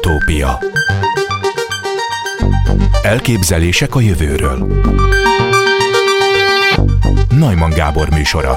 Utópia. Elképzelések a jövőről. Neumann Gábor műsora.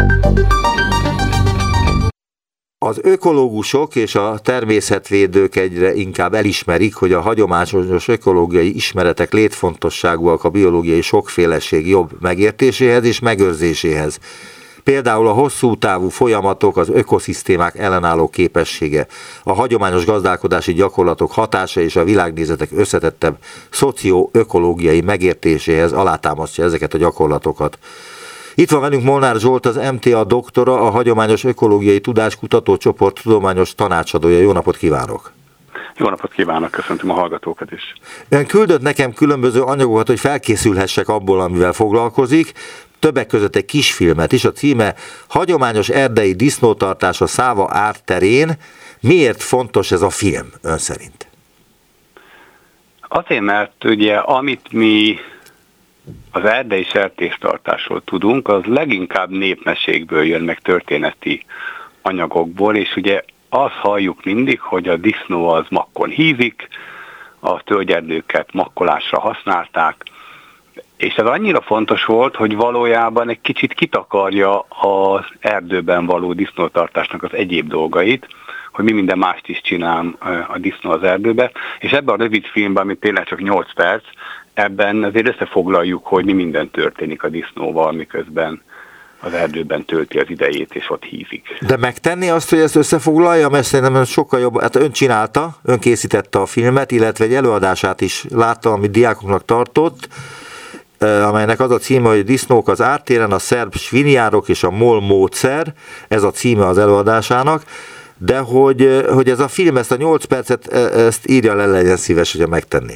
Az ökológusok és a természetvédők egyre inkább elismerik, hogy a hagyományos ökológiai ismeretek létfontosságúak a biológiai sokféleség jobb megértéséhez és megőrzéséhez. Például a hosszú távú folyamatok, az ökoszisztémák ellenálló képessége, a hagyományos gazdálkodási gyakorlatok hatása és a világnézetek összetettebb szocioökológiai megértéséhez alátámasztja ezeket a gyakorlatokat. Itt van velünk Molnár Zsolt, az MTA doktora, a Hagyományos Ökológiai Tudáskutató Csoport tudományos tanácsadója. Jó napot kívánok! Jó napot kívánok, köszöntöm a hallgatókat is. Ön küldött nekem különböző anyagokat, hogy felkészülhessek abból, amivel foglalkozik. Többek között egy kisfilmet is, a címe Hagyományos erdei disznótartás a Száva árterén. Miért fontos ez a film ön szerint? Azért, mert ugye amit mi az erdei sertéstartásról tudunk, az leginkább népmesékből jön, meg történeti anyagokból, és ugye azt halljuk mindig, hogy a disznó az makkon hízik, a tölgyerdőket makkolásra használták, és ez annyira fontos volt, hogy valójában egy kicsit kitakarja az erdőben való disznótartásnak az egyéb dolgait, hogy mi minden mást is csinál a disznó az erdőbe, és ebben a rövid filmben, ami tényleg csak 8 perc, ebben azért összefoglaljuk, hogy mi minden történik a disznóval, miközben az erdőben tölti az idejét, és ott hízik. De megtenni azt, hogy ezt összefoglalja, mert szerintem sokkal jobb, hát ön csinálta, ön készítette a filmet, illetve egy előadását is láttam, amit diákoknak tartott, amelynek az a címe, hogy Disznók az ártéren, a szerb svinjárok és a MOL módszer, ez a címe az előadásának, de hogy ez a film, ezt a 8 percet, ezt írja le, legyen szíves, hogyha megtenni.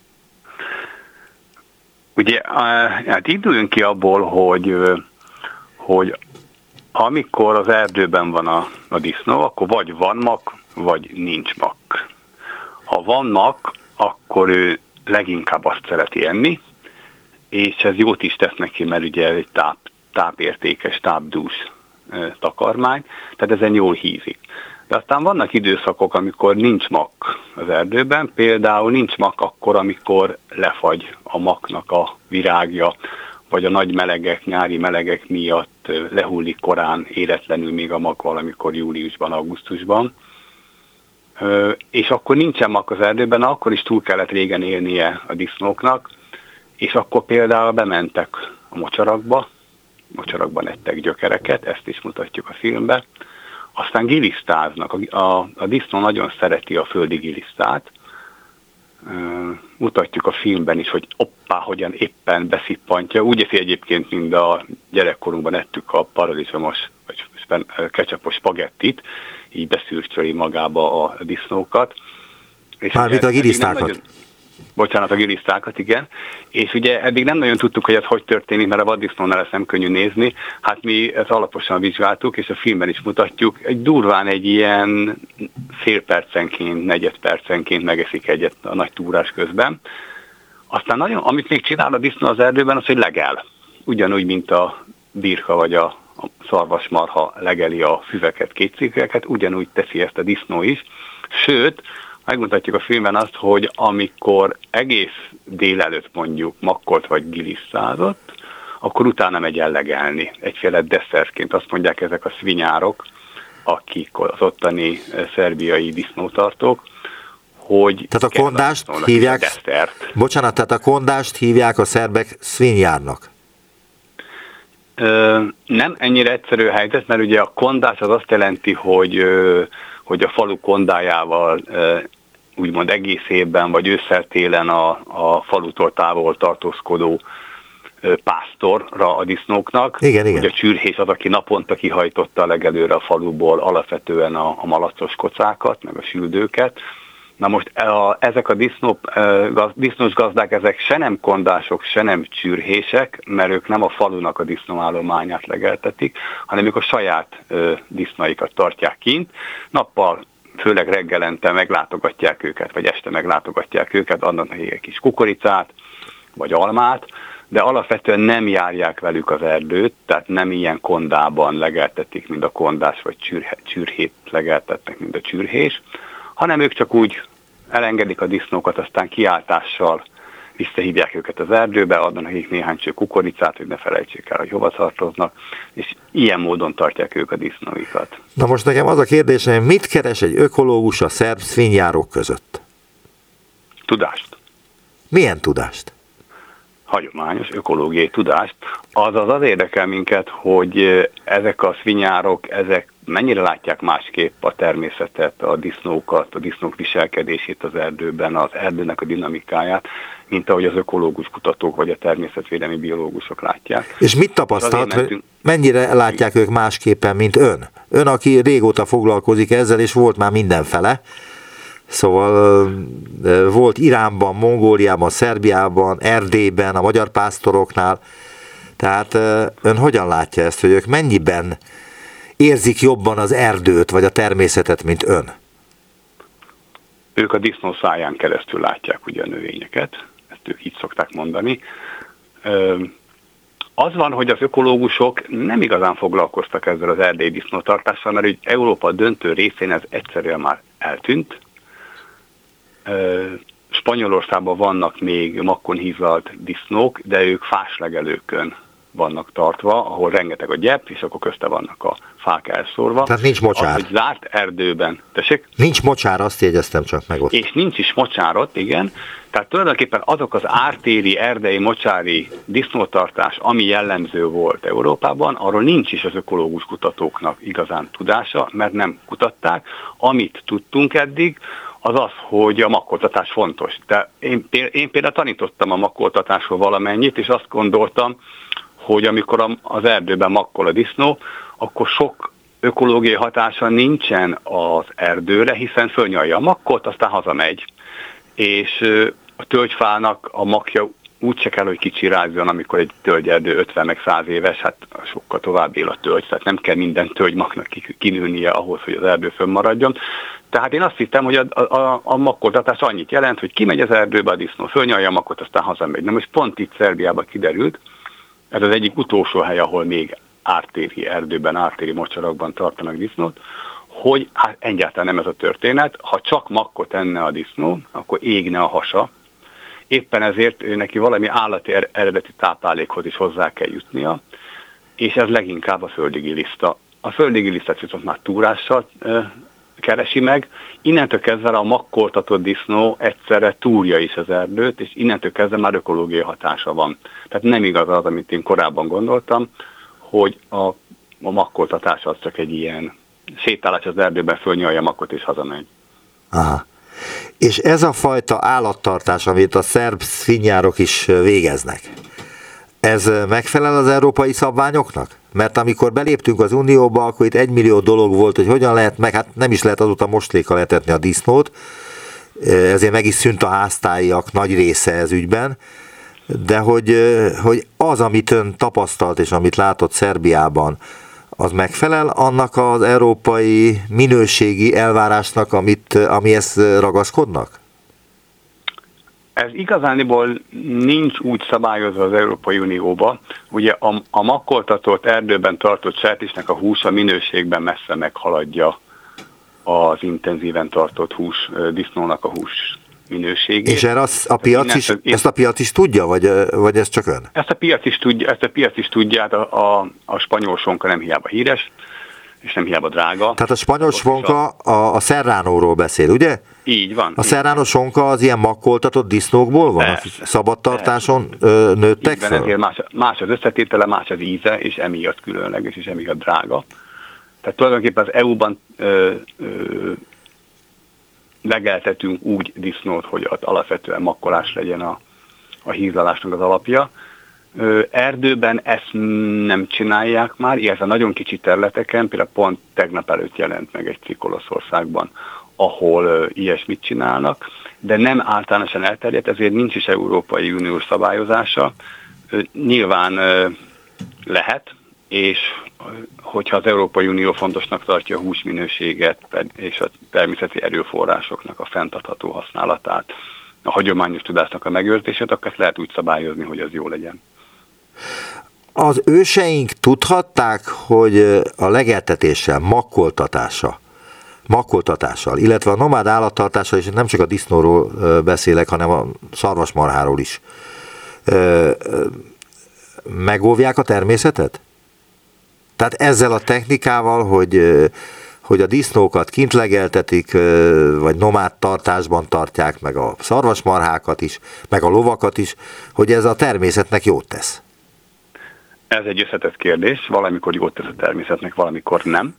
Ugye, hát induljunk ki abból, hogy amikor az erdőben van a disznó, akkor vagy van mak, vagy nincs mak. Ha van mak, akkor ő leginkább azt szereti enni, és ez jót is tesz neki, mert ugye egy tápértékes, tápdús takarmány, tehát ezen jól hízik. De aztán vannak időszakok, amikor nincs mak az erdőben, például nincs mak akkor, amikor lefagy a maknak a virágja, vagy a nagy melegek, nyári melegek miatt lehullik korán, éretlenül még a mak valamikor júliusban, augusztusban. És akkor nincsen mak az erdőben, akkor is túl kellett régen élnie a disznóknak, és akkor például bementek a mocsarakban ettek gyökereket, ezt is mutatjuk a filmben, aztán gilisztáznak. A disznó nagyon szereti a földi gilisztát. Mutatjuk a filmben is, hogy hogyan éppen beszippantja. Úgy eszi egyébként, mint a gyerekkorunkban ettük a paradicsomos vagy ketchupos spagettit, így beszürcsöli magába a disznókat. Mármint a gilisztákat. Bocsánat, a gilisztákat, igen. És ugye eddig nem nagyon tudtuk, hogy ez hogy történik, mert a vaddisznónál ezt nem könnyű nézni. Hát mi ezt alaposan vizsgáltuk, és a filmben is mutatjuk. Durván egy ilyen fél percenként, negyed percenként megeszik egyet a nagy túrás közben. Aztán amit még csinál a disznó az erdőben, az, hogy legel. Ugyanúgy, mint a birka vagy a szarvasmarha legeli a füveket, kétszikeket, ugyanúgy teszi ezt a disznó is. Sőt, megmutatjuk a filmben azt, hogy amikor egész délelőtt mondjuk makkolt vagy gilisztázott, akkor utána megy el legelni. Egyféle desszertként azt mondják ezek a szvinyárok, akik az ottani szerbiai disznótartók, hogy... Tehát a kondást hívják... Bocsánat, tehát a kondást hívják a szerbek szvinyárnak. Nem ennyire egyszerű helyzet, mert ugye a kondás az azt jelenti, hogy a falu kondájával úgymond egész évben, vagy ősszel-télen a falutól távol tartózkodó pásztorra a disznóknak. Igen. Ugye a csürhés az, aki naponta kihajtotta a legelőre a faluból alapvetően a malacos kocákat, meg a süldőket. Na most ezek a disznós gazdák, ezek se nem kondások, se nem csürhések, mert ők nem a falunak a disznóállományát legeltetik, hanem ők a saját disznóikat tartják kint. Nappal, főleg reggelente meglátogatják őket, vagy este meglátogatják őket, adnak nekik egy kis kukoricát, vagy almát, de alapvetően nem járják velük az erdőt, tehát nem ilyen kondában legeltetik, mint a kondás, vagy csürhét legeltetnek, mint a csürhés, hanem ők csak úgy elengedik a disznókat, aztán kiáltással visszahívják őket az erdőbe, adnak nekik néhány cső kukoricát, hogy ne felejtsék el, hogy hova tartoznak, és ilyen módon tartják ők a disznóikat. Na most nekem az a kérdésem, mit keres egy ökológus a szerb szfinjárok között? Tudást. Milyen tudást? Hagyományos ökológiai tudást. Azaz az érdekel minket, hogy ezek a szfinjárok, ezek mennyire látják másképp a természetet, a disznókat, a disznók viselkedését az erdőben, az erdőnek a dinamikáját, mint ahogy az ökológus kutatók vagy a természetvédelmi biológusok látják. És mit tapasztalt, hogy mennyire látják ők másképpen, mint ön? Ön, aki régóta foglalkozik ezzel, és volt már mindenfele. Szóval volt Iránban, Mongóliában, Szerbiában, Erdélyben, a magyar pásztoroknál. Tehát ön hogyan látja ezt, hogy ők mennyiben érzik jobban az erdőt, vagy a természetet, mint ön? Ők a disznó száján keresztül látják ugye a növényeket, ezt ők így szokták mondani. Az van, hogy az ökológusok nem igazán foglalkoztak ezzel az erdélyi disznótartással, mert úgy Európa döntő részén ez egyszerűen már eltűnt. Spanyolországban vannak még makkon hízlalt disznók, de ők fáslegelőkön vannak tartva, ahol rengeteg a gyep, és akkor közte vannak a fák elszórva. Tehát nincs mocsár. Az, hogy zárt erdőben. Tessék? Nincs mocsár, azt jegyeztem csak meg ott. És nincs is mocsárot, igen. Tehát tulajdonképpen azok az ártéri, erdei, mocsári disznótartás, ami jellemző volt Európában, arról nincs is az ökológus kutatóknak igazán tudása, mert nem kutatták. Amit tudtunk eddig, az az, hogy a makkoltatás fontos. De én például tanítottam a makkoltatásról valamennyit, és azt gondoltam, hogy amikor az erdőben makkol a disznó, akkor sok ökológiai hatása nincsen az erdőre, hiszen fölnyalja a makkolt, aztán hazamegy. És a tölgyfának a makja úgy se kell, hogy kicsirázzon, amikor egy tölgyerdő 50 meg 100 éves, hát sokkal tovább él a tölgy, tehát nem kell minden tölgymaknak kinőnie ahhoz, hogy az erdő fönnmaradjon. Tehát én azt hittem, hogy a makkoltatás annyit jelent, hogy kimegy az erdőbe a disznó, fölnyalja a makkot, aztán hazamegy. Na most pont itt Szerbiában kiderült, ez az egyik utolsó hely, ahol még ártéri erdőben, ártéri mocsarakban tartanak disznót, hogy hát egyáltalán nem ez a történet. Ha csak makkot enne a disznó, akkor égne a hasa. Éppen ezért ő neki valami állati eredeti táplálékhoz is hozzá kell jutnia, és ez leginkább a földigiliszta. A földigilisztet viszont már túrással keresi meg, innentől kezdve a makkoltatott disznó egyszerre túrja is az erdőt, és innentől kezdve már ökológiai hatása van. Tehát nem igaz az, amit én korábban gondoltam, hogy a makkoltatás az csak egy ilyen sétálás az erdőben, fölnyalja a makkot és hazamegy. Aha. És ez a fajta állattartás, amit a szerb szfinjárok is végeznek, ez megfelel az európai szabványoknak? Mert amikor beléptünk az Unióba, akkor itt 1 millió dolog volt, hogy hogyan lehet, meg hát nem is lehet azóta moslékkal etetni a disznót, ezért meg is szűnt a háztáiak nagy része ez ügyben, de hogy az, amit ön tapasztalt és amit látott Szerbiában, az megfelel annak az európai minőségi elvárásnak, amihez ragaszkodnak? Ez igazániból nincs úgy szabályozva az Európai Unióba. Ugye a makkoltatott erdőben tartott sertésnek a húsa minőségben messze meghaladja az intenzíven tartott hús, disznónak a hús minőségét. És erre ezt a piac is tudja, vagy ez csak ön? Ezt a piac is tudja, hát a spanyol sonka nem hiába híres, és nem hiába drága. Tehát a spanyol sonka a serránóról beszél, ugye? Így van. A serránó sonka az ilyen makkoltatott disznókból van? Persze, szabadtartáson nőttek fel? Ezért más az összetétele, más az íze, és emiatt különleges, és emiatt drága. Tehát tulajdonképpen az EU-ban legeltetünk úgy disznót, hogy az alapvetően makkolás legyen a hízlalásnak az alapja. Erdőben ezt nem csinálják már, illetve nagyon kicsi területeken, például pont tegnap előtt jelent meg egy cikk Olaszországban, ahol ilyesmit csinálnak, de nem általánosan elterjedt, ezért nincs is Európai Uniós szabályozása. Nyilván lehet, és hogyha az Európai Unió fontosnak tartja a húsminőséget és a természeti erőforrásoknak a fenntartható használatát, a hagyományos tudásnak a megőrzését, akkor ezt lehet úgy szabályozni, hogy az jó legyen. Az őseink tudhatták, hogy a legeltetéssel, makkoltatása makkoltatással, illetve a nomád állattartással, és nem csak a disznóról beszélek, hanem a szarvasmarháról is, megóvják a természetet? Tehát ezzel a technikával, hogy a disznókat kint legeltetik, vagy nomád tartásban tartják, meg a szarvasmarhákat is, meg a lovakat is, hogy ez a természetnek jót tesz. Ez egy összetett kérdés, valamikor jót tesz a természetnek, valamikor nem.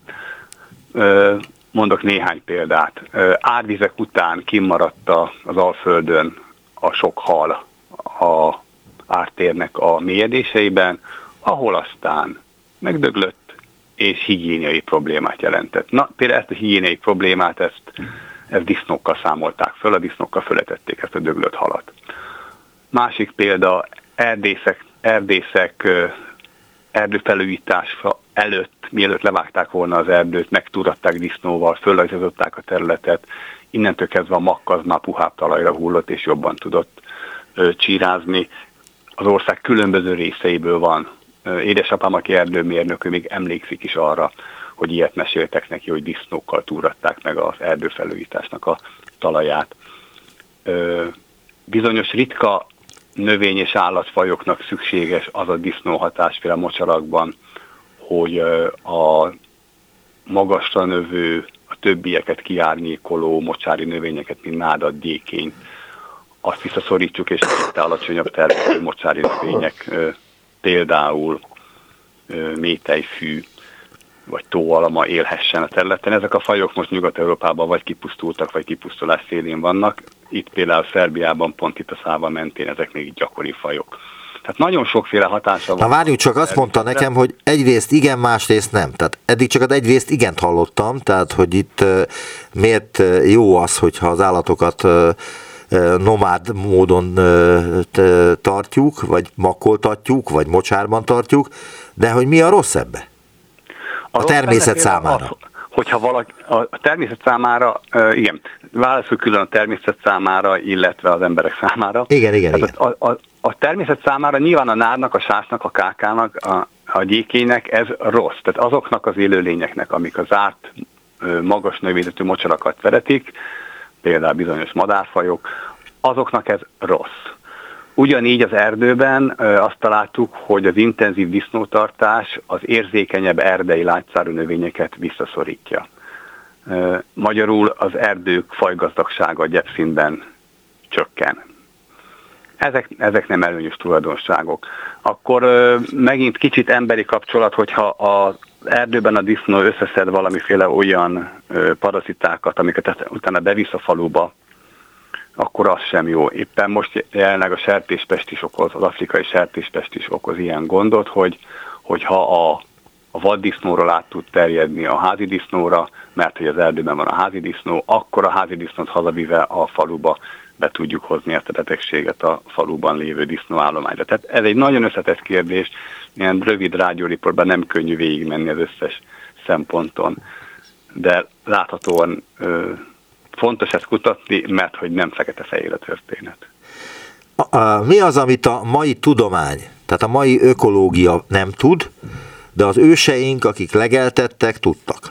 Mondok néhány példát. Árvizek után kimaradt az Alföldön a sok hal a ártérnek a mélyedéseiben, ahol aztán megdöglött és higiéniai problémát jelentett. Na, például ezt a higiéniai problémát, ezt disznókkal számolták föl, a disznókkal föletették ezt a döglött halat. Másik példa, erdészek erdőfelújítás előtt, mielőtt levágták volna az erdőt, megtúratták disznóval, fölrajzolták a területet, innentől kezdve a makk az már puhább talajra hullott, és jobban tudott csírázni. Az ország különböző részeiből van. Édesapám, aki erdőmérnök, ő még emlékszik is arra, hogy ilyet meséltek neki, hogy disznókkal túratták meg az erdőfelújításnak a talaját. Bizonyos ritka növény- és állatfajoknak szükséges az a disznóhatás, például a mocsarakban, hogy a magasra növő, a többieket kiárnyékoló mocsári növényeket, mint nádat, gyékényt, azt visszaszorítsuk, és itt alacsonyabb természetű mocsári növények, például métejfű vagy tóalma élhessen a területen. Ezek a fajok most Nyugat-Európában vagy kipusztultak, vagy kipusztulás szélén vannak. Itt például Szerbiában, pont itt a Száva mentén ezek még gyakori fajok. Tehát nagyon sokféle hatása van. Na várjuk csak, azt mondta nekem, hogy egyrészt igen, másrészt nem. Tehát eddig csak az egyrészt igent hallottam, tehát hogy itt miért jó az, hogyha az állatokat nomád módon tartjuk, vagy makkoltatjuk, vagy mocsárban tartjuk, de hogy mi a rossz ebbe? A természet számára. Hogyha valaki, a természet számára, igen, válaszol külön a természet számára, illetve az emberek számára. Igen. A természet számára nyilván a nádnak, a sásnak, a kákának, a gyékének ez rossz. Tehát azoknak az élőlényeknek, amik az zárt, magas növényzetű mocsarakat veretik, például bizonyos madárfajok, azoknak ez rossz. Ugyanígy az erdőben azt találtuk, hogy az intenzív disznótartás az érzékenyebb erdei lágyszárú növényeket visszaszorítja. Magyarul az erdők fajgazdagsága gyepszintben csökken. Ezek nem előnyös tulajdonságok. Akkor megint kicsit emberi kapcsolat, hogyha az erdőben a disznó összeszed valamiféle olyan parazitákat, amiket utána bevisz a faluba, akkor az sem jó. Éppen most jelenleg a sertéspest is okoz, az afrikai sertéspest is okoz ilyen gondot, hogyha a vaddisznóról át tud terjedni a házi disznóra, mert hogy az erdőben van a házi disznó, akkor a házi disznót hazavive a faluba be tudjuk hozni ezt a betegséget a faluban lévő disznóállományra. Tehát ez egy nagyon összetett kérdés, ilyen rövid rádióriportban nem könnyű végigmenni az összes szemponton, de láthatóan fontos ezt kutatni, mert hogy nem fekete-fehér a történet. Mi az, amit a mai tudomány, tehát a mai ökológia nem tud, de az őseink, akik legeltettek, tudtak?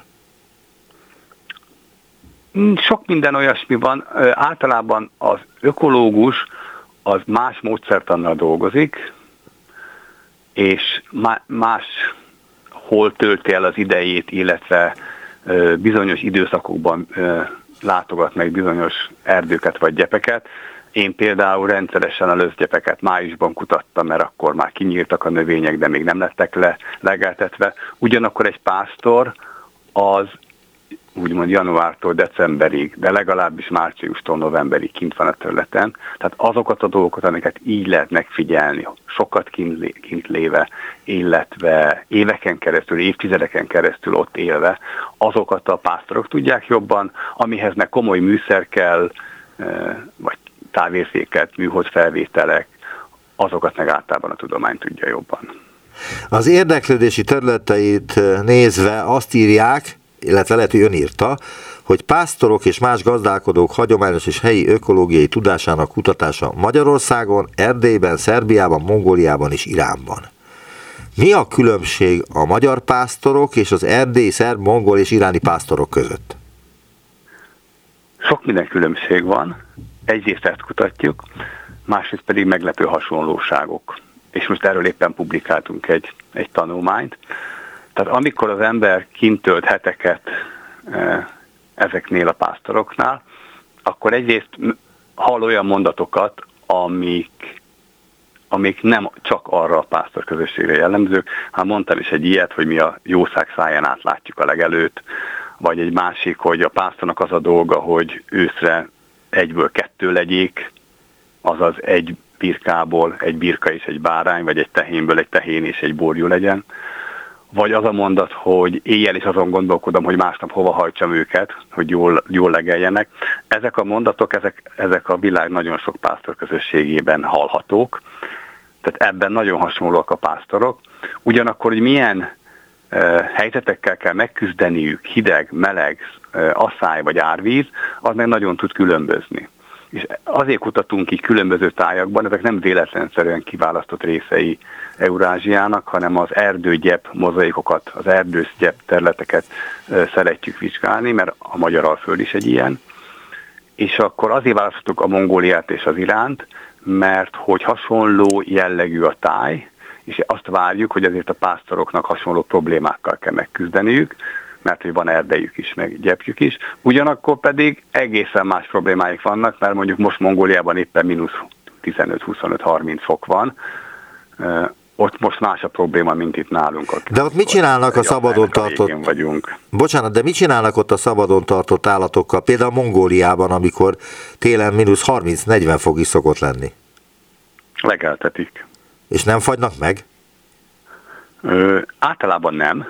Sok minden olyasmi van. Általában az ökológus az más módszertannal dolgozik, és máshol tölti el az idejét, illetve bizonyos időszakokban látogat meg bizonyos erdőket vagy gyepeket. Én például rendszeresen a löszgyepeket májusban kutattam, mert akkor már kinyíltak a növények, de még nem lettek legeltetve. Ugyanakkor egy pásztor az úgymond januártól decemberig, de legalábbis márciustól novemberig kint van a területen. Tehát azokat a dolgokat, amiket így lehet megfigyelni, sokat kint léve, illetve éveken keresztül, évtizedeken keresztül ott élve, azokat a pásztorok tudják jobban, amihez meg komoly műszer kell, vagy távérzéket, műholdfelvételek, azokat meg általában a tudomány tudja jobban. Az érdeklődési területeit nézve azt írják, illetve lehet, hogy ön írta, hogy pásztorok és más gazdálkodók hagyományos és helyi ökológiai tudásának kutatása Magyarországon, Erdélyben, Szerbiában, Mongóliában és Iránban. Mi a különbség a magyar pásztorok és az erdélyi, szerb, mongol és iráni pásztorok között? sok minden különbség van. Egyrészt ezt kutatjuk, másrészt pedig meglepő hasonlóságok. És most erről éppen publikáltunk egy tanulmányt. Tehát amikor az ember kint tölt heteket ezeknél a pásztoroknál, akkor egyrészt hall olyan mondatokat, amik nem csak arra a pásztor közösségre jellemzők. Hát mondtam is egy ilyet, hogy mi a jószág száján átlátjuk a legelőt, vagy egy másik, hogy a pásztornak az a dolga, hogy őszre egyből 2 legyék, azaz egy birkából egy birka és egy bárány, vagy egy tehénből egy tehén és egy borjú legyen. Vagy az a mondat, hogy éjjel is azon gondolkodom, hogy másnap hova hajtsam őket, hogy jól legeljenek. Ezek a mondatok, ezek a világ nagyon sok pásztor közösségében hallhatók. Tehát ebben nagyon hasonlóak a pásztorok. Ugyanakkor, hogy milyen helyzetekkel kell megküzdeniük, hideg, meleg, asszály vagy árvíz, az meg nagyon tud különbözni. És azért kutatunk ki különböző tájakban, ezek nem véletlenszerűen kiválasztott részei Eurázsiának, hanem az erdőgyep mozaikokat, az erdősgyep területeket szeretjük vizsgálni, mert a Magyar-alföld is egy ilyen. És akkor azért választottuk a Mongóliát és az Iránt, mert hogy hasonló jellegű a táj, és azt várjuk, hogy azért a pásztoroknak hasonló problémákkal kell megküzdeniük, mert hogy van erdejük is, meg gyepjük is. Ugyanakkor pedig egészen más problémáik vannak, mert mondjuk most Mongóliában éppen mínusz 15-25-30 fok van. Ott most más a probléma, mint itt nálunk. De ott mit csinálnak a szabadon tartott... Bocsánat, de mit csinálnak ott a szabadon tartott állatokkal? Például Mongóliában, amikor télen mínusz 30-40 fok is szokott lenni. Legeltetik. És nem fagynak meg? Általában nem.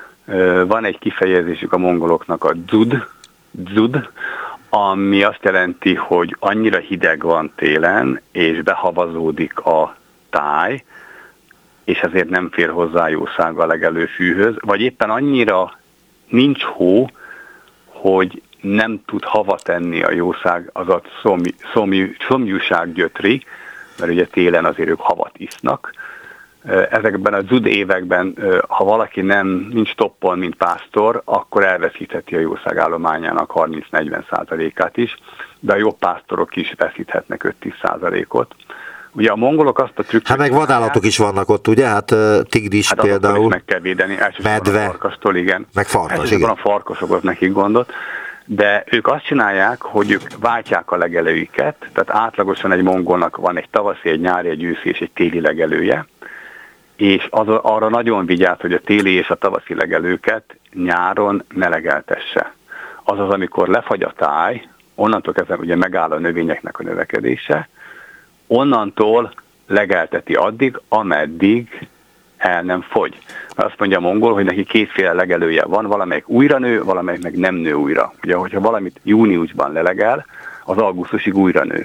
Van egy kifejezésük a mongoloknak, a dzud, ami azt jelenti, hogy annyira hideg van télen, és behavazódik a táj, és ezért nem fér hozzá jószág a legelőfűhöz, vagy éppen annyira nincs hó, hogy nem tud hava tenni a jószág, az a szomjúság gyötri, mert ugye télen azért ők havat isznak. Ezekben a dzud években, ha valaki nincs toppon, mint pásztor, akkor elveszítheti a jószág állományának 30-40%-át is, de a jobb pásztorok is veszíthetnek 5-10%-ot. Ugye a mongolok azt a trükköt... Hát meg vadállatok is vannak ott, ugye? Hát tigris hát például. Meg kell védeni, medve, a farkastól, igen. Meg farkas, igen. A farkasok az nekik gondot. De ők azt csinálják, hogy ők váltják a legelőiket, tehát átlagosan egy mongolnak van egy tavaszi, egy nyári, egy őszi és egy téli legelője, és arra nagyon vigyáz, hogy a téli és a tavaszi legelőket nyáron ne legeltesse. Azaz, amikor lefagy a táj, onnantól kezdve ugye megáll a növényeknek a növekedése, onnantól legelteti addig, ameddig el nem fogy. Azt mondja a mongol, hogy neki 2 legelője van, valamelyik újra nő, valamelyik meg nem nő újra. Ugye, hogyha valamit júniusban lelegel, az augusztusig újra nő.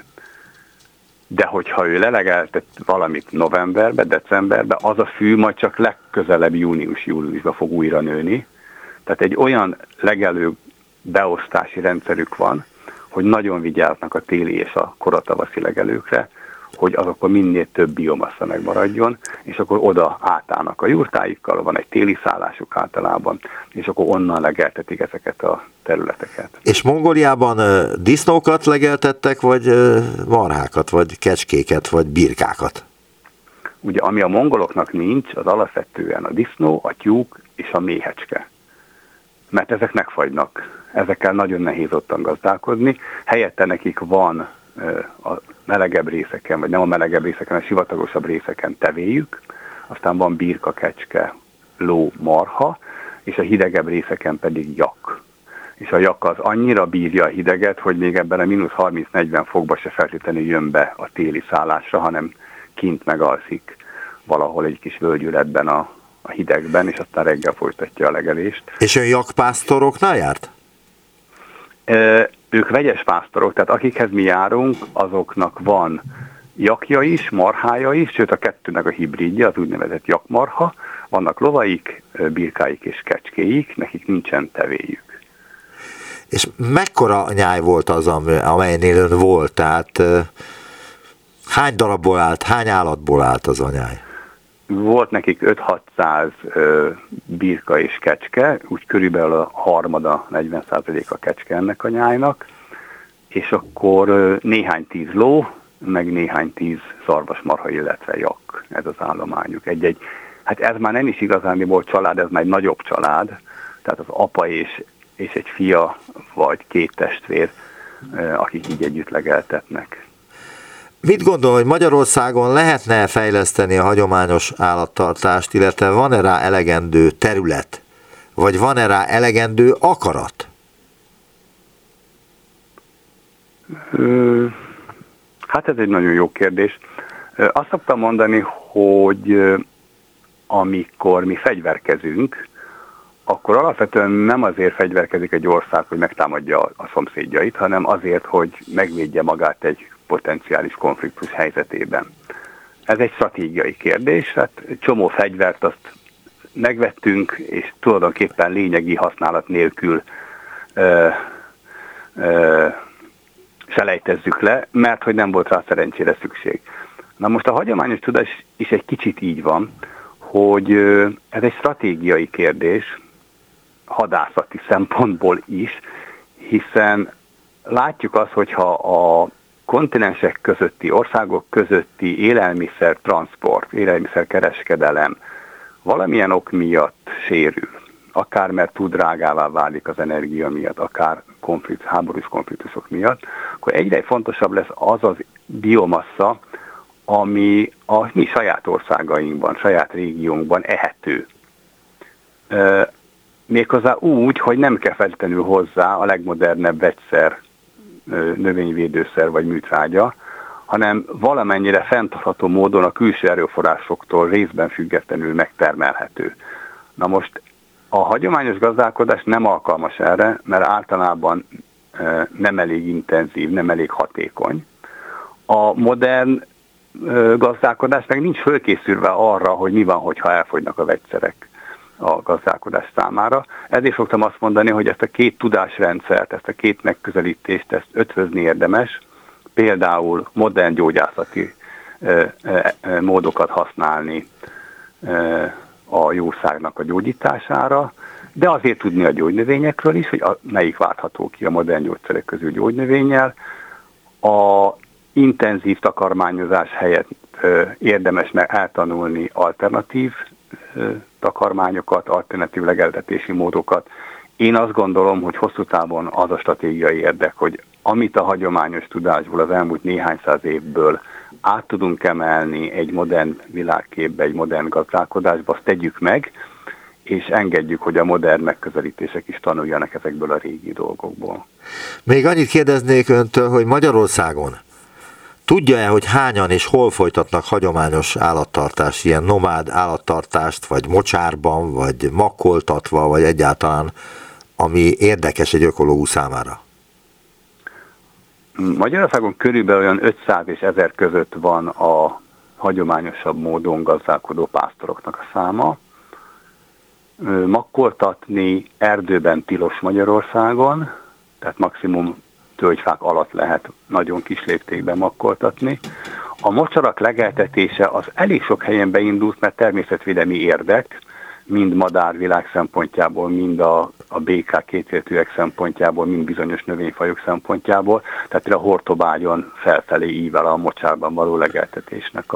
De hogyha ő lelegeltet valamit novemberben, decemberben, az a fű majd csak legközelebb június-júliusban fog újra nőni. Tehát egy olyan legelő beosztási rendszerük van, hogy nagyon vigyáznak a téli és a koratavaszi legelőkre, hogy azokon minél több biomassa megmaradjon, és akkor oda átállnak a jurtáikkal, van egy téli szállásuk általában, és akkor onnan legeltetik ezeket a területeket. És Mongóliában disznókat legeltettek, vagy marhákat, vagy kecskéket, vagy birkákat? Ugye, ami a mongoloknak nincs, az alapvetően a disznó, a tyúk és a méhecske. Mert ezek megfagynak. Ezekkel nagyon nehéz ottan gazdálkodni. Helyette nekik van a melegebb részeken, vagy nem a melegebb részeken, a sivatagosabb részeken tevéjük, aztán van birka, kecske, ló, marha, és a hidegebb részeken pedig jak. És a jak az annyira bírja a hideget, hogy még ebben a mínusz 30-40 fokba se feltétlenül jön be a téli szállásra, hanem kint megalszik valahol egy kis völgyületben a hidegben, és aztán reggel folytatja a legelést. És ön jakpásztoroknál járt? Ők vegyes pásztorok, tehát akikhez mi járunk, azoknak van jakja is, marhája is, sőt a kettőnek a hibridje, az úgynevezett jakmarha, vannak lovaik, birkáik és kecskéik, nekik nincsen tevéjük. És mekkora nyáj volt az, amelynél ön volt? Tehát hány darabból állt, hány állatból állt az a nyáj? Volt nekik 5-600 birka és kecske, úgy körülbelül a harmada, 40% a kecske ennek a nyájnak, és akkor néhány 10 ló, meg néhány 10 szarvasmarha, illetve jak, ez az állományuk. Hát ez már nem is igazániból család, ez már egy nagyobb család, tehát az apa és egy fia, vagy 2 testvér, akik így együtt legeltetnek. Mit gondol, hogy Magyarországon lehetne fejleszteni a hagyományos állattartást, illetve van-e rá elegendő terület, vagy van-e rá elegendő akarat? Hát ez egy nagyon jó kérdés. Azt szoktam mondani, hogy amikor mi fegyverkezünk, akkor alapvetően nem azért fegyverkezik egy ország, hogy megtámadja a szomszédjait, hanem azért, hogy megvédje magát egy potenciális konfliktus helyzetében. Ez egy stratégiai kérdés, hát egy csomó fegyvert azt megvettünk, és tulajdonképpen lényegi használat nélkül selejtezzük le, mert hogy nem volt rá szerencsére szükség. Na most a hagyományos tudás is egy kicsit így van, hogy ez egy stratégiai kérdés, hadászati szempontból is, hiszen látjuk azt, hogyha a kontinensek közötti, országok közötti élelmiszer transport, élelmiszer kereskedelem valamilyen ok miatt sérül, akár mert túl drágává válik az energia miatt, akár háborús konfliktusok miatt, akkor egyre fontosabb lesz az az biomassa, ami a mi saját országainkban, saját régiónkban ehető. Méghozzá úgy, hogy nem kell feltétlenül hozzá a legmodernebb vegyszer, növényvédőszer vagy műtrágya, hanem valamennyire fenntartható módon a külső erőforrásoktól részben függetlenül megtermelhető. Na most a hagyományos gazdálkodás nem alkalmas erre, mert általában nem elég intenzív, nem elég hatékony. A modern gazdálkodás meg nincs fölkészülve arra, hogy mi van, hogyha elfogynak a vegyszerek a gazdálkodás számára. Ezért szoktam azt mondani, hogy ezt a 2 tudásrendszert, ezt a 2 megközelítést, ezt ötvözni érdemes, például modern gyógyászati módokat használni a jószágnak a gyógyítására, de azért tudni a gyógynövényekről is, hogy melyik váltható ki a modern gyógyszerek közül gyógynövénnyel. A intenzív takarmányozás helyett érdemes meg eltanulni alternatív takarmányokat, alternatív legeltetési módokat. Én azt gondolom, hogy hosszú távon az a stratégiai érdek, hogy amit a hagyományos tudásból az elmúlt néhány száz évből át tudunk emelni egy modern világképbe, egy modern gazdálkodásba, azt tegyük meg, és engedjük, hogy a modern megközelítések is tanuljanak ezekből a régi dolgokból. Még annyit kérdeznék öntől, hogy Magyarországon tudja-e, hogy hányan és hol folytatnak hagyományos állattartást, ilyen nomád állattartást, vagy mocsárban, vagy makkoltatva, vagy egyáltalán, ami érdekes egy ökológus számára? Magyarországon körülbelül olyan 500 és 1000 között van a hagyományosabb módon gazdálkodó pásztoroknak a száma. Makkoltatni erdőben tilos Magyarországon, tehát maximum tölgyfák alatt lehet nagyon kis léptékben makkoltatni. A mocsarak legeltetése az elég sok helyen beindult, mert természetvédelmi érdek, mind madárvilág szempontjából, mind a békák, kétértűek szempontjából, mind bizonyos növényfajok szempontjából, tehát a hortobágyon felfelé ível a mocsárban való legeltetésnek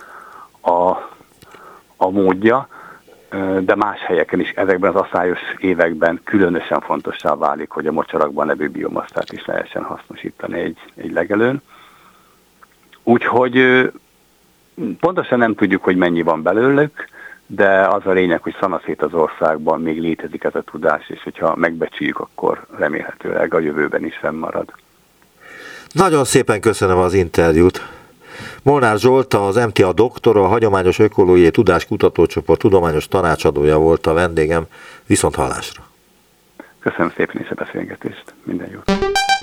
a módja, de más helyeken is ezekben az aszályos években különösen fontossá válik, hogy a mocsarakban levő biomasztát is lehessen hasznosítani egy legelőn. Úgyhogy pontosan nem tudjuk, hogy mennyi van belőlük, de az a lényeg, hogy szanaszét az országban még létezik ez a tudás, és hogyha megbecsüljük, akkor remélhetőleg a jövőben is fennmarad. Nagyon szépen köszönöm az interjút. Molnár Zsolt, az MTA doktor, a Hagyományos Ökológiai Tudáskutatócsoport tudományos tanácsadója volt a vendégem. Viszont hallásra. Köszönöm szépen is a beszélgetést. Minden jót.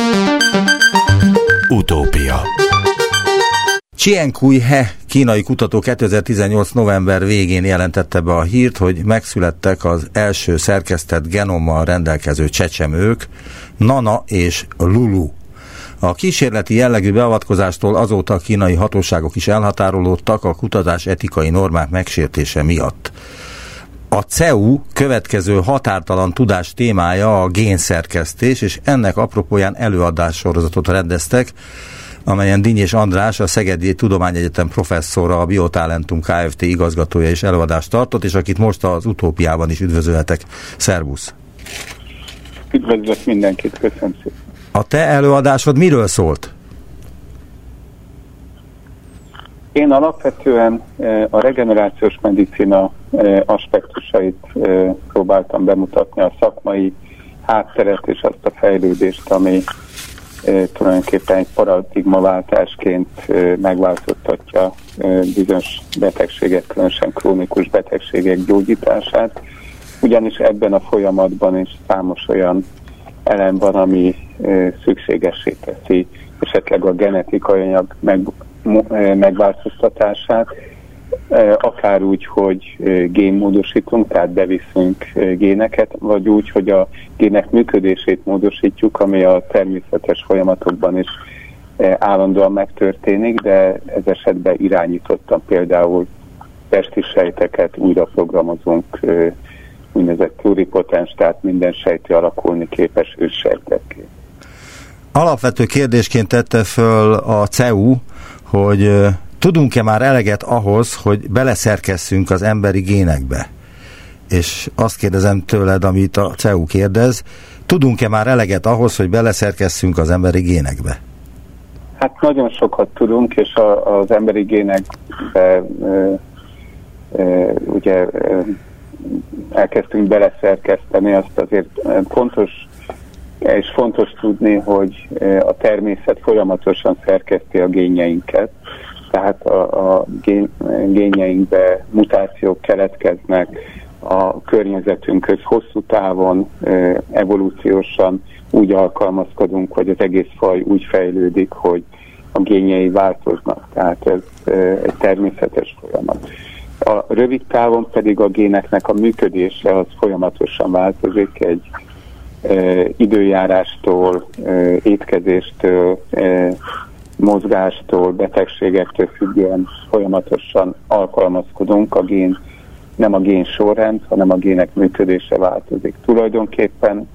Utópia. Chien Kui-he kínai kutató 2018. november végén jelentette be a hírt, hogy megszülettek az első szerkesztett genommal rendelkező csecsemők, Nana és Lulu. A kísérleti jellegű beavatkozástól azóta a kínai hatóságok is elhatárolódtak a kutatás etikai normák megsértése miatt. A CEU következő határtalan tudás témája a génszerkesztés, és ennek apropóján előadássorozatot rendeztek, amelyen Dinnyés András, a Szegedi Tudományegyetem professzora, a Biotalentum Kft. Igazgatója is előadást tartott, és akit most az Utópiában is üdvözölhetek. Szervusz! Üdvözlök mindenkit, köszönöm szépen! A te előadásod miről szólt? Én alapvetően a regenerációs medicina aspektusait próbáltam bemutatni, a szakmai hátteret és azt a fejlődést, ami tulajdonképpen egy paradigmaváltásként megváltoztatja bizonyos betegségek, különösen krónikus betegségek gyógyítását, ugyanis ebben a folyamatban is számos olyan elem van, ami szükségessé teszi esetleg a genetikai anyag megváltoztatását, akár úgy, hogy génmódosítunk, tehát beviszünk géneket, vagy úgy, hogy a gének működését módosítjuk, ami a természetes folyamatokban is állandóan megtörténik, de ez esetben irányítottan például testi sejteket újra programozunk, úgynevezett pluripotens, tehát minden sejtű alakulni képes őssejtekké. Alapvető kérdésként tette föl a CEU, hogy tudunk-e már eleget ahhoz, hogy beleszerkesszünk az emberi génekbe? És azt kérdezem tőled, amit a CEU kérdez, tudunk-e már eleget ahhoz, hogy beleszerkesszünk az emberi génekbe? Hát nagyon sokat tudunk, és az emberi génekbe ugye elkezdtünk beleszerkeszteni, azt azért fontos tudni, hogy a természet folyamatosan szerkeszti a génjeinket, tehát a génjeinkbe mutációk keletkeznek, a környezetünkhöz hosszú távon evolúciósan úgy alkalmazkodunk, hogy az egész faj úgy fejlődik, hogy a génjei változnak, tehát ez egy természetes folyamat. A rövid távon pedig a géneknek a működése az folyamatosan változik, egy időjárástól, étkezéstől, mozgástól, betegségektől függően folyamatosan alkalmazkodunk, nem a gén sorrend, hanem a gének működése változik. Tulajdonképpen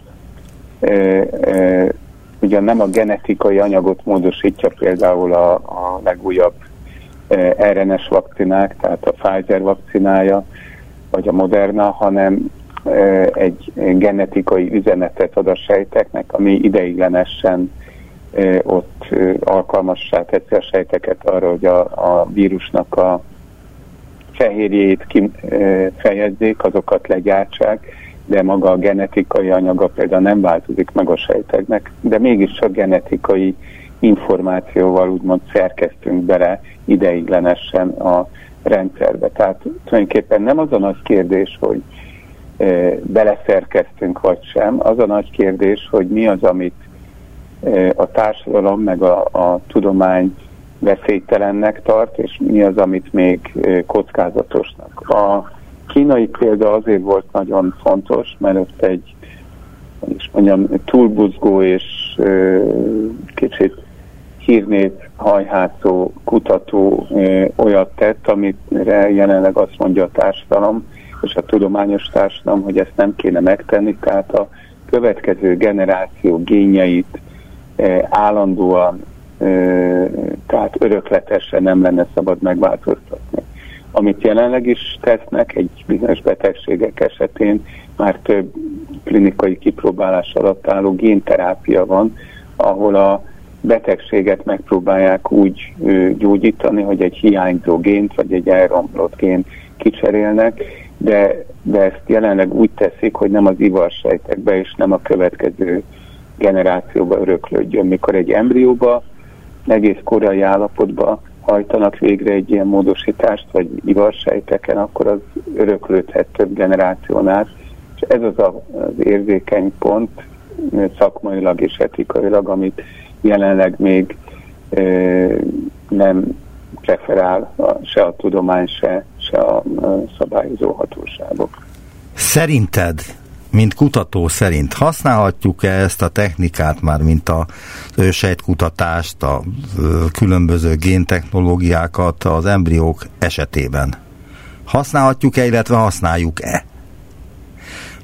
ugyan nem a genetikai anyagot módosítja például a legújabb RNS vakcinák, tehát a Pfizer vakcinája, vagy a Moderna, hanem egy genetikai üzenetet ad a sejteknek, ami ideiglenesen ott alkalmassá teszi a sejteket arra, hogy a vírusnak a fehérjét kifejezzék, azokat legyártsák, de maga a genetikai anyaga például nem változik meg a sejteknek, de mégiscsak genetikai információval úgymond szerkesztünk bele ideiglenesen a rendszerbe. Tehát tulajdonképpen nem az a nagy kérdés, hogy beleszerkeztünk vagy sem, az a nagy kérdés, hogy mi az, amit a társadalom meg a tudomány veszélytelennek tart, és mi az, amit még kockázatosnak. A kínai példa azért volt nagyon fontos, mert ott egy, túlbuzgó és kicsit hírnét hajhátszó kutató olyat tett, amire jelenleg azt mondja a társadalom, és a tudományos társadalom, hogy ezt nem kéne megtenni, tehát a következő generáció génjeit állandóan, tehát örökletesen nem lenne szabad megváltoztatni. Amit jelenleg is tesznek egy bizonyos betegségek esetén, már több klinikai kipróbálás alatt álló génterápia van, ahol a betegséget megpróbálják úgy gyógyítani, hogy egy hiányzó gént, vagy egy elromlott gént kicserélnek, de ezt jelenleg úgy teszik, hogy nem az ivarsejtekbe és nem a következő generációba öröklődjön. Mikor egy embrióba, egész korai állapotba hajtanak végre egy ilyen módosítást, vagy ivarsejteken, akkor az öröklődhet több generációnál. És ez az érzékeny pont szakmailag és etikailag, amit jelenleg még nem preferál se a tudomány, se a szabályozó hatóságok. Szerinted, mint kutató szerint használhatjuk-e ezt a technikát már, mint a ősejtkutatást, a különböző géntechnológiákat az embriók esetében? Használhatjuk-e, illetve használjuk-e?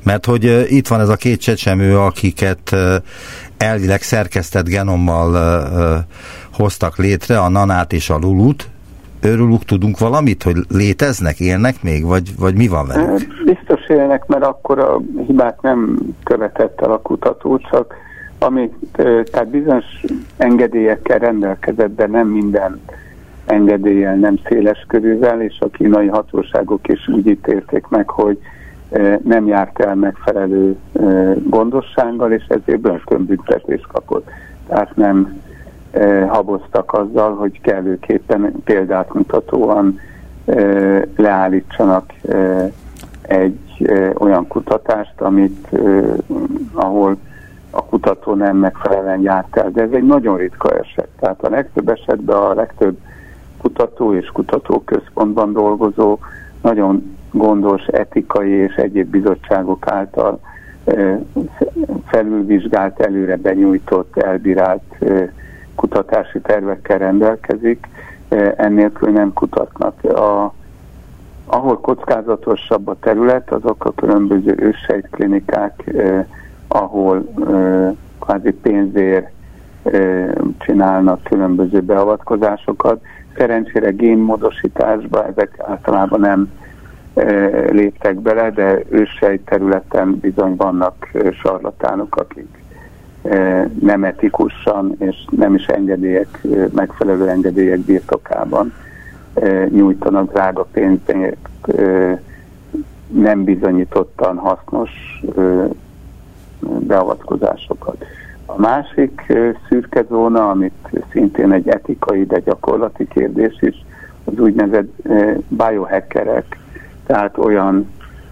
Mert hogy itt van ez a két csecsemő, akiket elvileg szerkesztett genommal hoztak létre, a Nanát és a Lulut. Őrülük tudunk valamit, hogy léteznek, élnek még, vagy mi van velük? Biztos élnek, mert akkor a hibát nem követett el a kutató, csak tehát bizonyos engedélyekkel rendelkezett, de nem minden engedéllyel, nem széles körülvel, és a kínai hatóságok is úgy ítélték meg, hogy nem járt el megfelelő gondossággal, és ezért börtönbüntetést kapott. Tehát nem haboztak azzal, hogy kellőképpen példát mutatóan leállítsanak egy olyan kutatást, ahol a kutató nem megfelelően járt el. De ez egy nagyon ritka eset. Tehát a legtöbb esetben a legtöbb kutató és kutatóközpontban dolgozó nagyon gondos etikai és egyéb bizottságok által felülvizsgált, előre benyújtott, elbírált kutatási tervekkel rendelkezik, ennélkül nem kutatnak. Ahol kockázatosabb a terület, azok a különböző őssejtklinikák, ahol kvázi pénzért csinálnak különböző beavatkozásokat. Szerencsére génmódosításba ezek általában nem léptek bele, de őssejt területen bizony vannak sarlatánok, akik nem etikusan és nem is megfelelő engedélyek birtokában nyújtanak drága pénzért nem bizonyítottan hasznos beavatkozásokat. A másik szürke zóna, amit szintén egy etikai, de gyakorlati kérdés is, az úgynevezett biohackerek, tehát olyan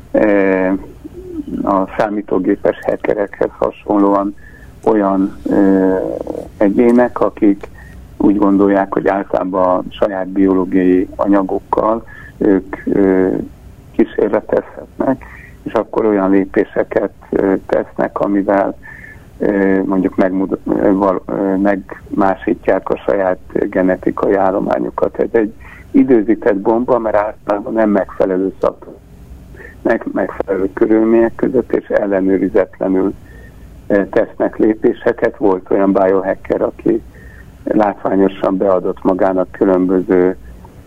a számítógépes hackerekhez hasonlóan olyan egyének, akik úgy gondolják, hogy általában a saját biológiai anyagokkal ők kísérletezhetnek, és akkor olyan lépéseket tesznek, amivel mondjuk megmásítják a saját genetikai állományukat. Ez egy időzített bomba, mert általában nem megfelelő megfelelő körülmények között, és ellenőrizetlenül tesznek lépéseket. Volt olyan biohacker, aki látványosan beadott magának különböző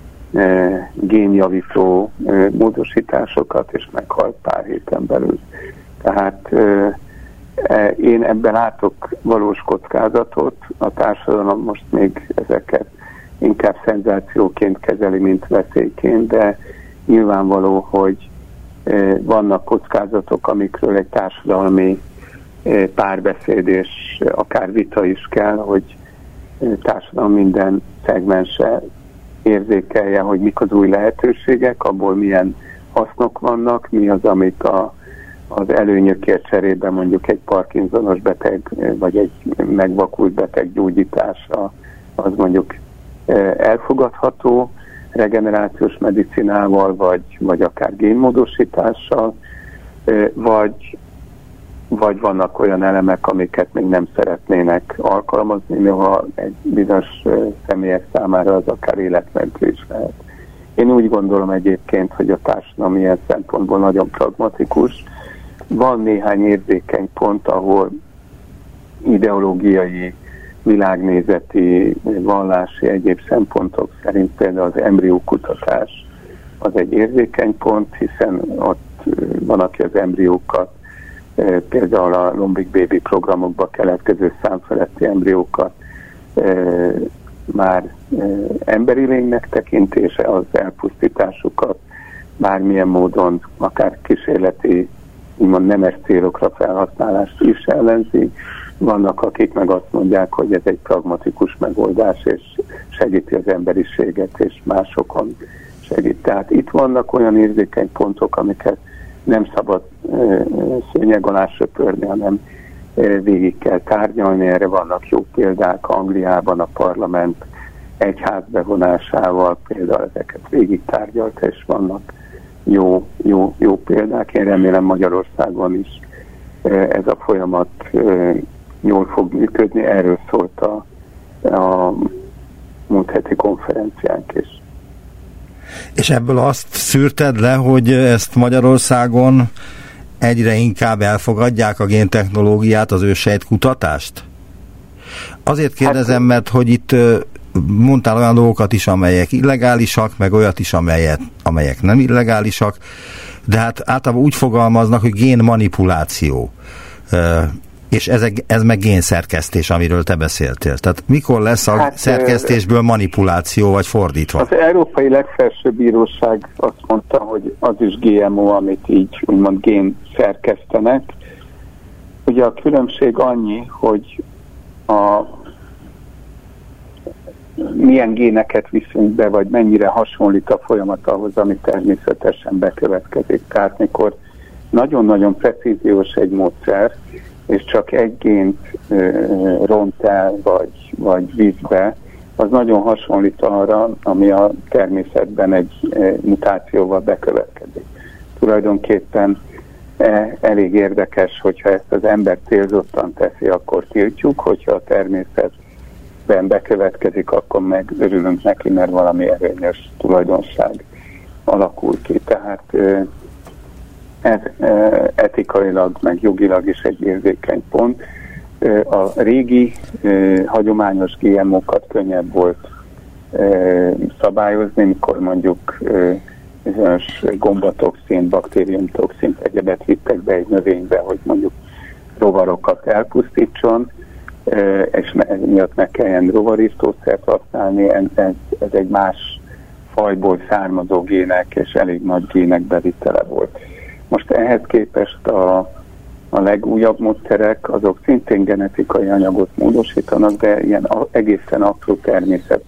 génjavító módosításokat, és meghalt pár héten belül. Tehát én ebben látok valós kockázatot, a társadalom most még ezeket inkább szenzációként kezeli, mint veszélyként, de nyilvánvaló, hogy vannak kockázatok, amikről egy társadalmi párbeszéd és akár vita is kell, hogy társadalom minden szegmense érzékelje, hogy mik az új lehetőségek, abból milyen hasznok vannak, mi az, amit az előnyökért cserében mondjuk egy Parkinsonos beteg, vagy egy megvakult beteg gyógyítása, az mondjuk elfogadható regenerációs medicinával, vagy akár génmódosítással, vagy vannak olyan elemek, amiket még nem szeretnének alkalmazni, noha egy bizonyos személyek számára az akár életmentő is lehet. Én úgy gondolom egyébként, hogy a társadalom ilyen szempontból nagyon pragmatikus. Van néhány érzékeny pont, ahol ideológiai, világnézeti, vallási, egyéb szempontok szerint például az embriókutatás az egy érzékeny pont, hiszen ott van, aki az embriókat, például a Lombik Baby programokba keletkező számfeletti embriókat már emberi lénynek tekintése, az elpusztításukat bármilyen módon, akár kísérleti, úgymond nemes célokra felhasználást is ellenzi. Vannak, akik meg azt mondják, hogy ez egy pragmatikus megoldás, és segíti az emberiséget, és másokon segít. Tehát itt vannak olyan érzékeny pontok, amiket nem szabad szőnyeg alá söpörni, hanem végig kell tárgyalni. Erre vannak jó példák Angliában, a parlament egyház bevonásával például ezeket végig tárgyalta, és vannak jó példák. Én remélem Magyarországon is ez a folyamat jól fog működni. Erről szólt a múlt heti konferenciánk is. És ebből azt szűrted le, hogy ezt Magyarországon egyre inkább elfogadják a géntechnológiát, az őssejtkutatást? Azért kérdezem, mert hogy itt mondtál olyan dolgokat is, amelyek illegálisak, meg olyat is, amelyek nem illegálisak, de hát általában úgy fogalmaznak, hogy génmanipuláció, és ez meg génszerkesztés, amiről te beszéltél. Tehát mikor lesz a szerkesztésből manipuláció, vagy fordítva? Az Európai Legfelsőbb Bíróság azt mondta, hogy az is GMO, amit így úgymond génszerkesztenek. Ugye a különbség annyi, hogy milyen géneket viszünk be, vagy mennyire hasonlít a folyamat ahhoz, ami természetesen bekövetkezik. Tehát mikor nagyon-nagyon precíziós egy módszer, és csak egy gént ront el, vagy vízbe, az nagyon hasonlít arra, ami a természetben egy mutációval bekövetkezik. Tulajdonképpen elég érdekes, hogyha ezt az ember célzottan teszi, akkor tiltjuk, hogyha a természetben bekövetkezik, akkor meg örülünk neki, mert valami erőnyös tulajdonság alakul ki. Tehát ez etikailag, meg jogilag is egy érzékeny pont. A régi, hagyományos GMO-kat könnyebb volt szabályozni, mikor mondjuk bizonyos gombatoxin, baktériumtoxint, egyebet vittek be egy növénybe, hogy mondjuk rovarokat elpusztítson, és miatt meg kelljen rovariztószert használni, ez egy más fajból származó gének és elég nagy gének bevitele volt. Most ehhez képest a legújabb módszerek, azok szintén genetikai anyagot módosítanak, de ilyen egészen apró természeteshez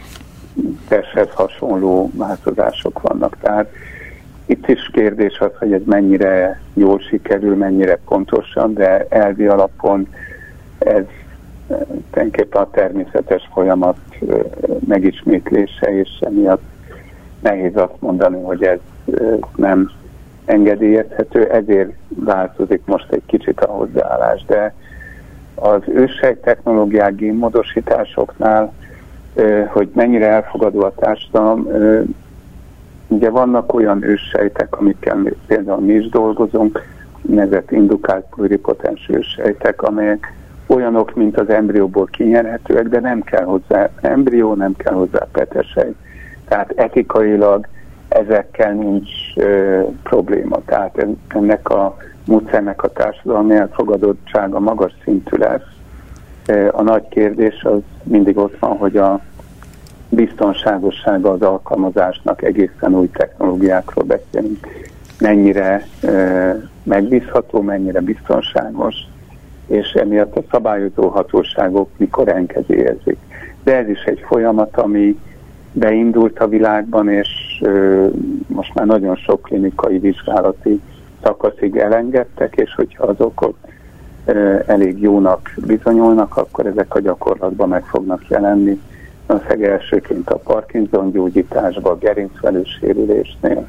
hasonló változások vannak. Tehát itt is kérdés az, hogy ez mennyire jól sikerül, mennyire pontosan, de elvi alapon ez tulajdonképpen a természetes folyamat megismétlése, és emiatt nehéz azt mondani, hogy ez nem engedélyezhető, ezért változik most egy kicsit a hozzáállás, de az őssejttechnológiák génmódosításoknál, hogy mennyire elfogadó a társadalom, ugye vannak olyan őssejtek, amikkel például mi is dolgozunk, nevezett indukált pluripotens őssejtek, amelyek olyanok, mint az embrióból kinyerhetőek, de nem kell hozzá embrió, nem kell hozzá petesejt. Tehát etikailag ezekkel nincs probléma. Tehát ennek a módszernek a társadalmi elfogadottsága magas szintű lesz. A nagy kérdés az mindig ott van, hogy a biztonságossága az alkalmazásnak, egészen új technológiákról beszélünk, mennyire megbízható, mennyire biztonságos, és emiatt a szabályozó hatóságok mikor engedélyezik. De ez is egy folyamat, ami beindult a világban, és most már nagyon sok klinikai vizsgálati szakaszig elengedtek, és hogyha azok elég jónak bizonyulnak, akkor ezek a gyakorlatban meg fognak jelenni. Az elsőként a Parkinson gyógyításban, gerincvelősérülésnél,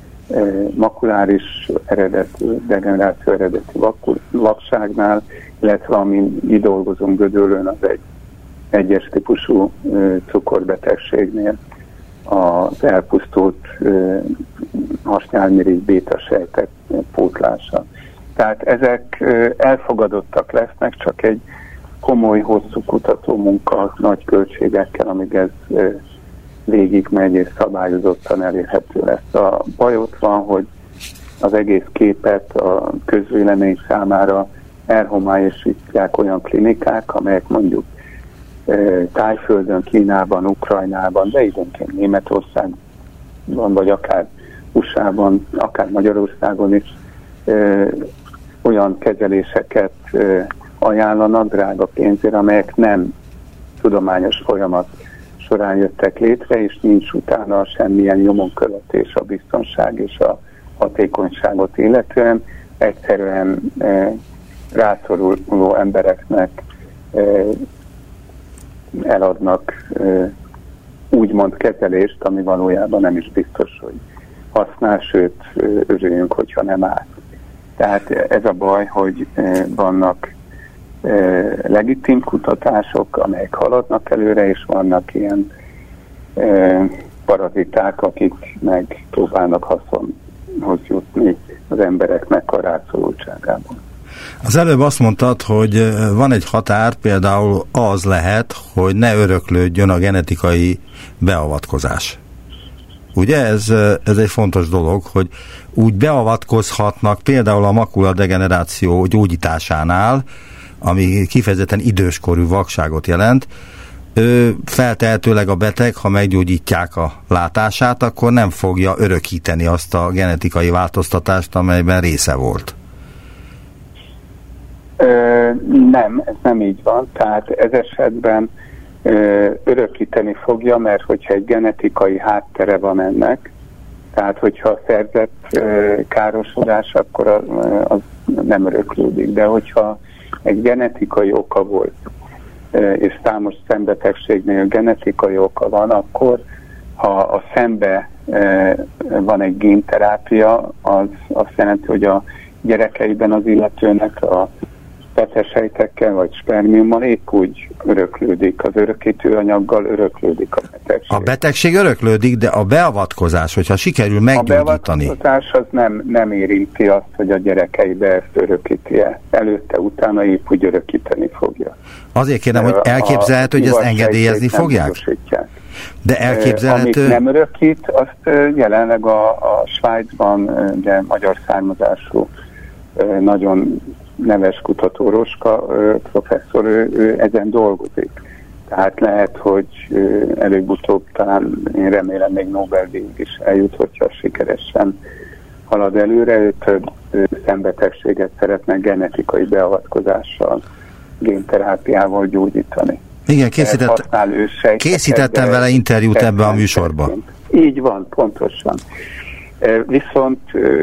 makuláris degeneráció eredeti vakságnál, illetve amin mi dolgozunk Gödöllőn, az egy egyes típusú cukorbetegségnél az elpusztult hasnyálmirigy béta sejtek pótlása. Tehát ezek elfogadottak lesznek, csak egy komoly, hosszú kutatómunka nagy költségekkel, amíg ez végigmegy és szabályozottan elérhető lesz. A baj ott van, hogy az egész képet a közvélemény számára elhomályosítják olyan klinikák, amelyek mondjuk Tájföldön, Kínában, Ukrajnában, de időnként Németországban, vagy akár USA-ban, akár Magyarországon is olyan kezeléseket ajánlanak drága pénzért, amelyek nem tudományos folyamat során jöttek létre, és nincs utána semmilyen nyomonkövetés a biztonság és a hatékonyságot illetően. Egyszerűen rászoruló embereknek eladnak úgymond kezelést, ami valójában nem is biztos, hogy használ, sőt, örüljünk, hogyha nem áll. Tehát ez a baj, hogy vannak legitim kutatások, amelyek haladnak előre, és vannak ilyen paraziták, akik meg próbálnak jutni az embereknek a rászorultságában. Az előbb azt mondtad, hogy van egy határ, például az lehet, hogy ne öröklődjön a genetikai beavatkozás. Ugye ez egy fontos dolog, hogy úgy beavatkozhatnak például a makuladegeneráció gyógyításánál, ami kifejezetten időskorú vakságot jelent, feltehetőleg a beteg, ha meggyógyítják a látását, akkor nem fogja örökíteni azt a genetikai változtatást, amelyben része volt. Nem, ez nem így van. Tehát ez esetben örökíteni fogja, mert hogyha egy genetikai háttere van ennek, tehát hogyha szerzett károsodás, akkor az nem öröklődik. De hogyha egy genetikai oka volt, és számos szembetegségnél genetikai oka van, akkor ha a szembe van egy génterápia, az azt jelenti, hogy a gyerekeiben az illetőnek a betesejtekkel vagy spermiummal épp úgy öröklődik, az örökítőanyaggal öröklődik a betegség. A betegség öröklődik, de a beavatkozás, hogyha sikerül meggyógyítani. A beavatkozás az nem érinti azt, hogy a gyerekeibe ezt örökíti-e. Előtte, utána épp úgy örökíteni fogja. Azért kérdem, hogy elképzelhető, hogy ezt engedélyezni fogják? De elképzelhető... Amit nem örökít, azt jelenleg a Svájcban, ugye magyar származású, nagyon neves kutató Roska professzor, ő ezen dolgozik. Tehát lehet, hogy előbb-utóbb talán én remélem még Nobel-díjig is eljut, hogyha sikeresen halad előre, ő több szembetegséget szeretne genetikai beavatkozással, génterápiával gyógyítani. Igen, készítettem vele interjút ebbe a műsorba. Így van, pontosan. Viszont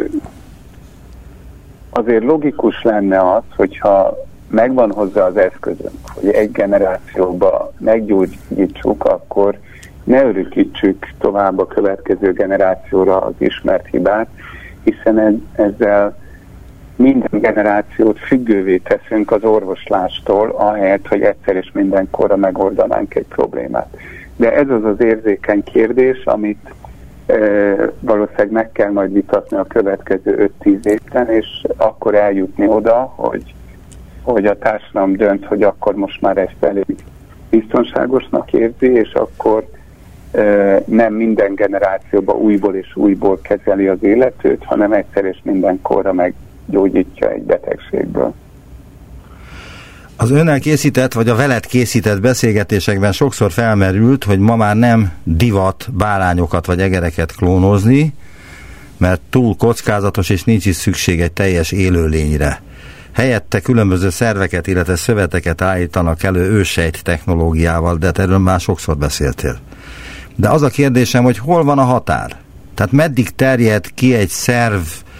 azért logikus lenne az, hogyha megvan hozzá az eszközünk, hogy egy generációba meggyógyítsuk, akkor ne örökítsük tovább a következő generációra az ismert hibát, hiszen ezzel minden generációt függővé teszünk az orvoslástól, ahelyett, hogy egyszer és mindenkorra megoldanánk egy problémát. De ez az az érzékeny kérdés, amit valószínűleg meg kell majd vitatni a következő 5-10 évben, és akkor eljutni oda, hogy a társadalom dönt, hogy akkor most már ezt elég biztonságosnak érzi, és akkor nem minden generációban újból és újból kezeli az életőt, hanem egyszer és mindenkorra meggyógyítja egy betegségből. Az önnel készített, vagy a veled készített beszélgetésekben sokszor felmerült, hogy ma már nem divat bárányokat vagy egereket klónozni, mert túl kockázatos, és nincs is szükség egy teljes élőlényre. Helyette különböző szerveket, illetve szöveteket állítanak elő őssejt technológiával, de erről már sokszor beszéltél. De az a kérdésem, hogy hol van a határ? Tehát meddig terjed ki egy szerv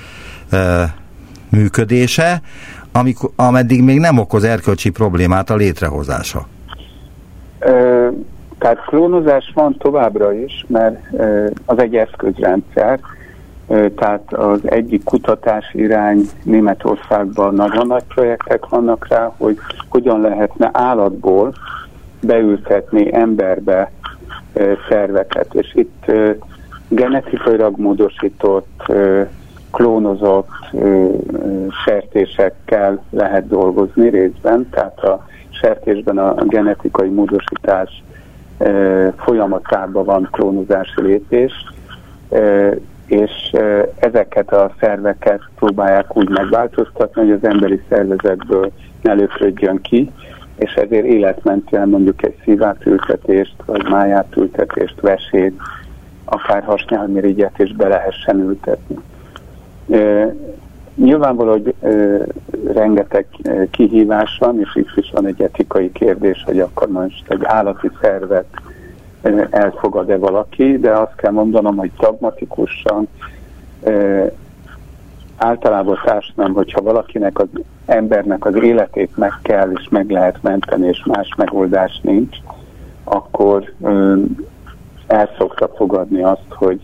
működése, ameddig még nem okoz erkölcsi problémát a létrehozása? Tehát klónozás van továbbra is, mert az egy eszközrendszer, tehát az egyik kutatási irány Németországban nagyon nagy projektek vannak rá, hogy hogyan lehetne állatból beültetni emberbe szerveket, és itt genetikailag módosított, klónozott sertésekkel lehet dolgozni részben, tehát a sertésben a genetikai módosítás folyamatában van klónozási lépés, és ezeket a szerveket próbálják úgy megváltoztatni, hogy az emberi szervezetből ne lökrödjön ki, és ezért életmentően mondjuk egy szívátültetést, vagy májátültetést, vesét, akár hasnyálmirigyet is be lehessen ültetni. Nyilvánvaló, hogy rengeteg kihívás van, és itt is van egy etikai kérdés, hogy akkor most egy állati szervet elfogad-e valaki, de azt kell mondanom, hogy pragmatikusan általában társadalom, hogyha valakinek az embernek az életét meg kell és meg lehet menteni, és más megoldás nincs, akkor el szokta fogadni azt, hogy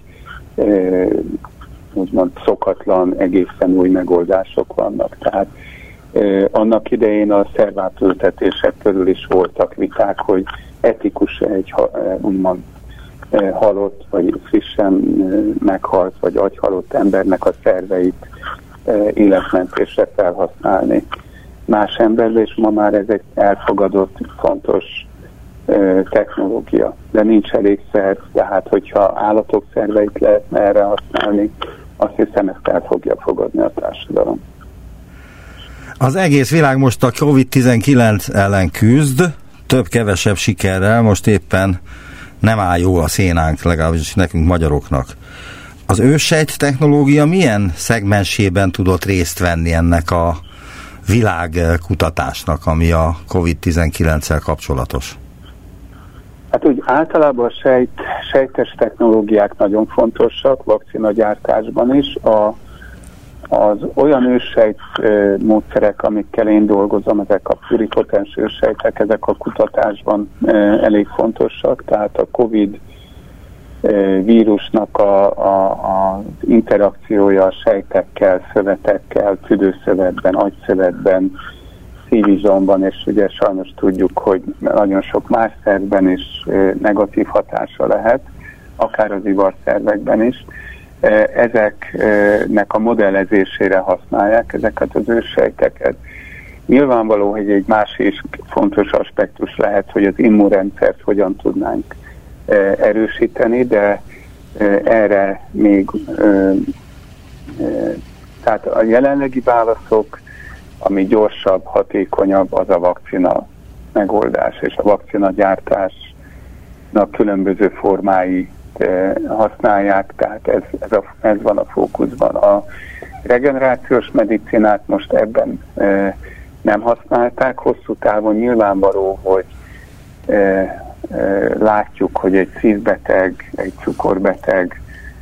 úgymond szokatlan, egészen új megoldások vannak. Tehát annak idején a szervátültetések körül is voltak viták, hogy etikus egy úgymond halott, vagy frissen meghalt, vagy agyhalott embernek a szerveit életmentésre felhasználni más emberbe, és ma már ez egy elfogadott, fontos technológia. De nincs elég szerv, tehát hogyha állatok szerveit lehetne erre használni, azt hiszem, ezt el fogja fogadni a társadalom. Az egész világ most a COVID-19 ellen küzd, több-kevesebb sikerrel, most éppen nem áll jó a szénánk, legalábbis nekünk magyaroknak. Az őssejt technológia milyen szegmensében tudott részt venni ennek a világkutatásnak, ami a COVID-19-el kapcsolatos? Hát úgy általában a sejtes technológiák nagyon fontosak, vakcinagyártásban is. Az olyan őssejt módszerek, amikkel én dolgozom, ezek a pluripotens őssejtek, ezek a kutatásban elég fontosak, tehát a COVID vírusnak az interakciója a sejtekkel, szövetekkel, tüdőszövetben, agyszövetben, szívizomban, és ugye sajnos tudjuk, hogy nagyon sok más szervben is negatív hatása lehet, akár az ivarszervekben is. Ezeknek a modellezésére használják ezeket az őssejteket. Nyilvánvaló, hogy egy másik fontos aspektus lehet, hogy az immunrendszert hogyan tudnánk erősíteni, de erre még tehát a jelenlegi válaszok, ami gyorsabb, hatékonyabb, az a vakcina megoldás, és a vakcina gyártásnak különböző formái használják, tehát ez van a fókuszban. A regenerációs medicinát most ebben nem használták, hosszú távon nyilvánvaló, hogy látjuk, hogy egy szívbeteg, egy cukorbeteg,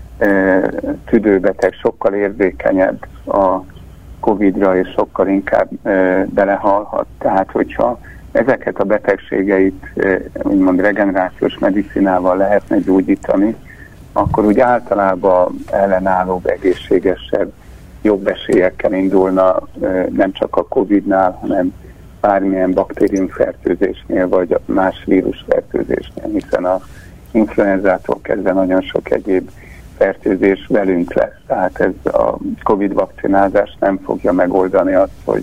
tüdőbeteg sokkal érzékenyebb a Covid-ra, és sokkal inkább belehalhat. Tehát, hogyha ezeket a betegségeit úgymond regenerációs medicinával lehetne gyógyítani, akkor úgy általában ellenállóbb, egészségesebb, jobb esélyekkel indulna nem csak a Covid-nál, hanem bármilyen baktériumfertőzésnél, vagy más vírusfertőzésnél, hiszen az influenzától kezdve nagyon sok egyéb fertőzés velünk lesz. Tehát ez a Covid vakcinázás nem fogja megoldani azt, hogy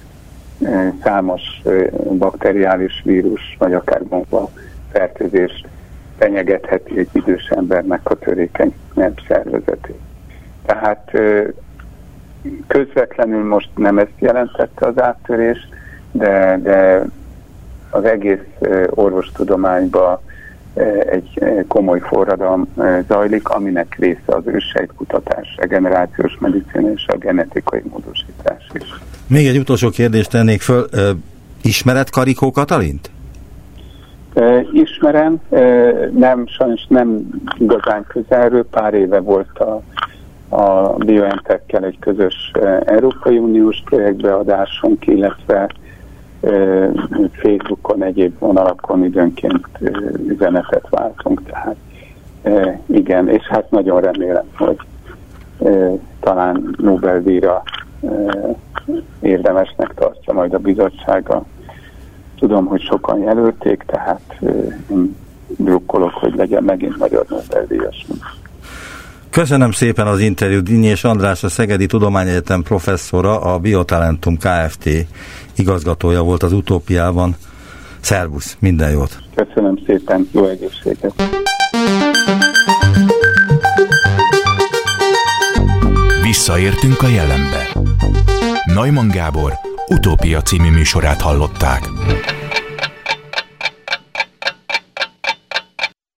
számos bakteriális vírus, vagy akár bomba fertőzés fenyegetheti egy idős embernek a törékenyebb szervezetét. Tehát közvetlenül most nem ezt jelentette az áttörés, de az egész orvostudományban egy komoly forradalom zajlik, aminek része az őssejtkutatás, a regenerációs medicina és a genetikai módosítás is. Még egy utolsó kérdést tennék föl. Ismered Karikó Katalint? Ismerem, sajnos nem igazán közelről. Pár éve volt a BioNTech-kel egy közös Európai Uniós projektbeadásunk, illetve Facebookon, egyéb vonalakon időnként üzenetet váltunk, tehát igen, és hát nagyon remélem, hogy talán Nobel-díjra érdemesnek tartja majd a bizottsága. Tudom, hogy sokan jelölték, tehát én drukkolok, hogy legyen megint magyar Nobel-díjas. Köszönöm szépen az interjút. Dinnyés András, a Szegedi Tudományegyetem professzora, a Biotalentum Kft. Igazgatója volt az Utópiában. Szervusz, minden jót! Köszönöm szépen, jó egészséget! Visszaértünk a jelenbe. Neumann Gábor Utópia című műsorát hallották.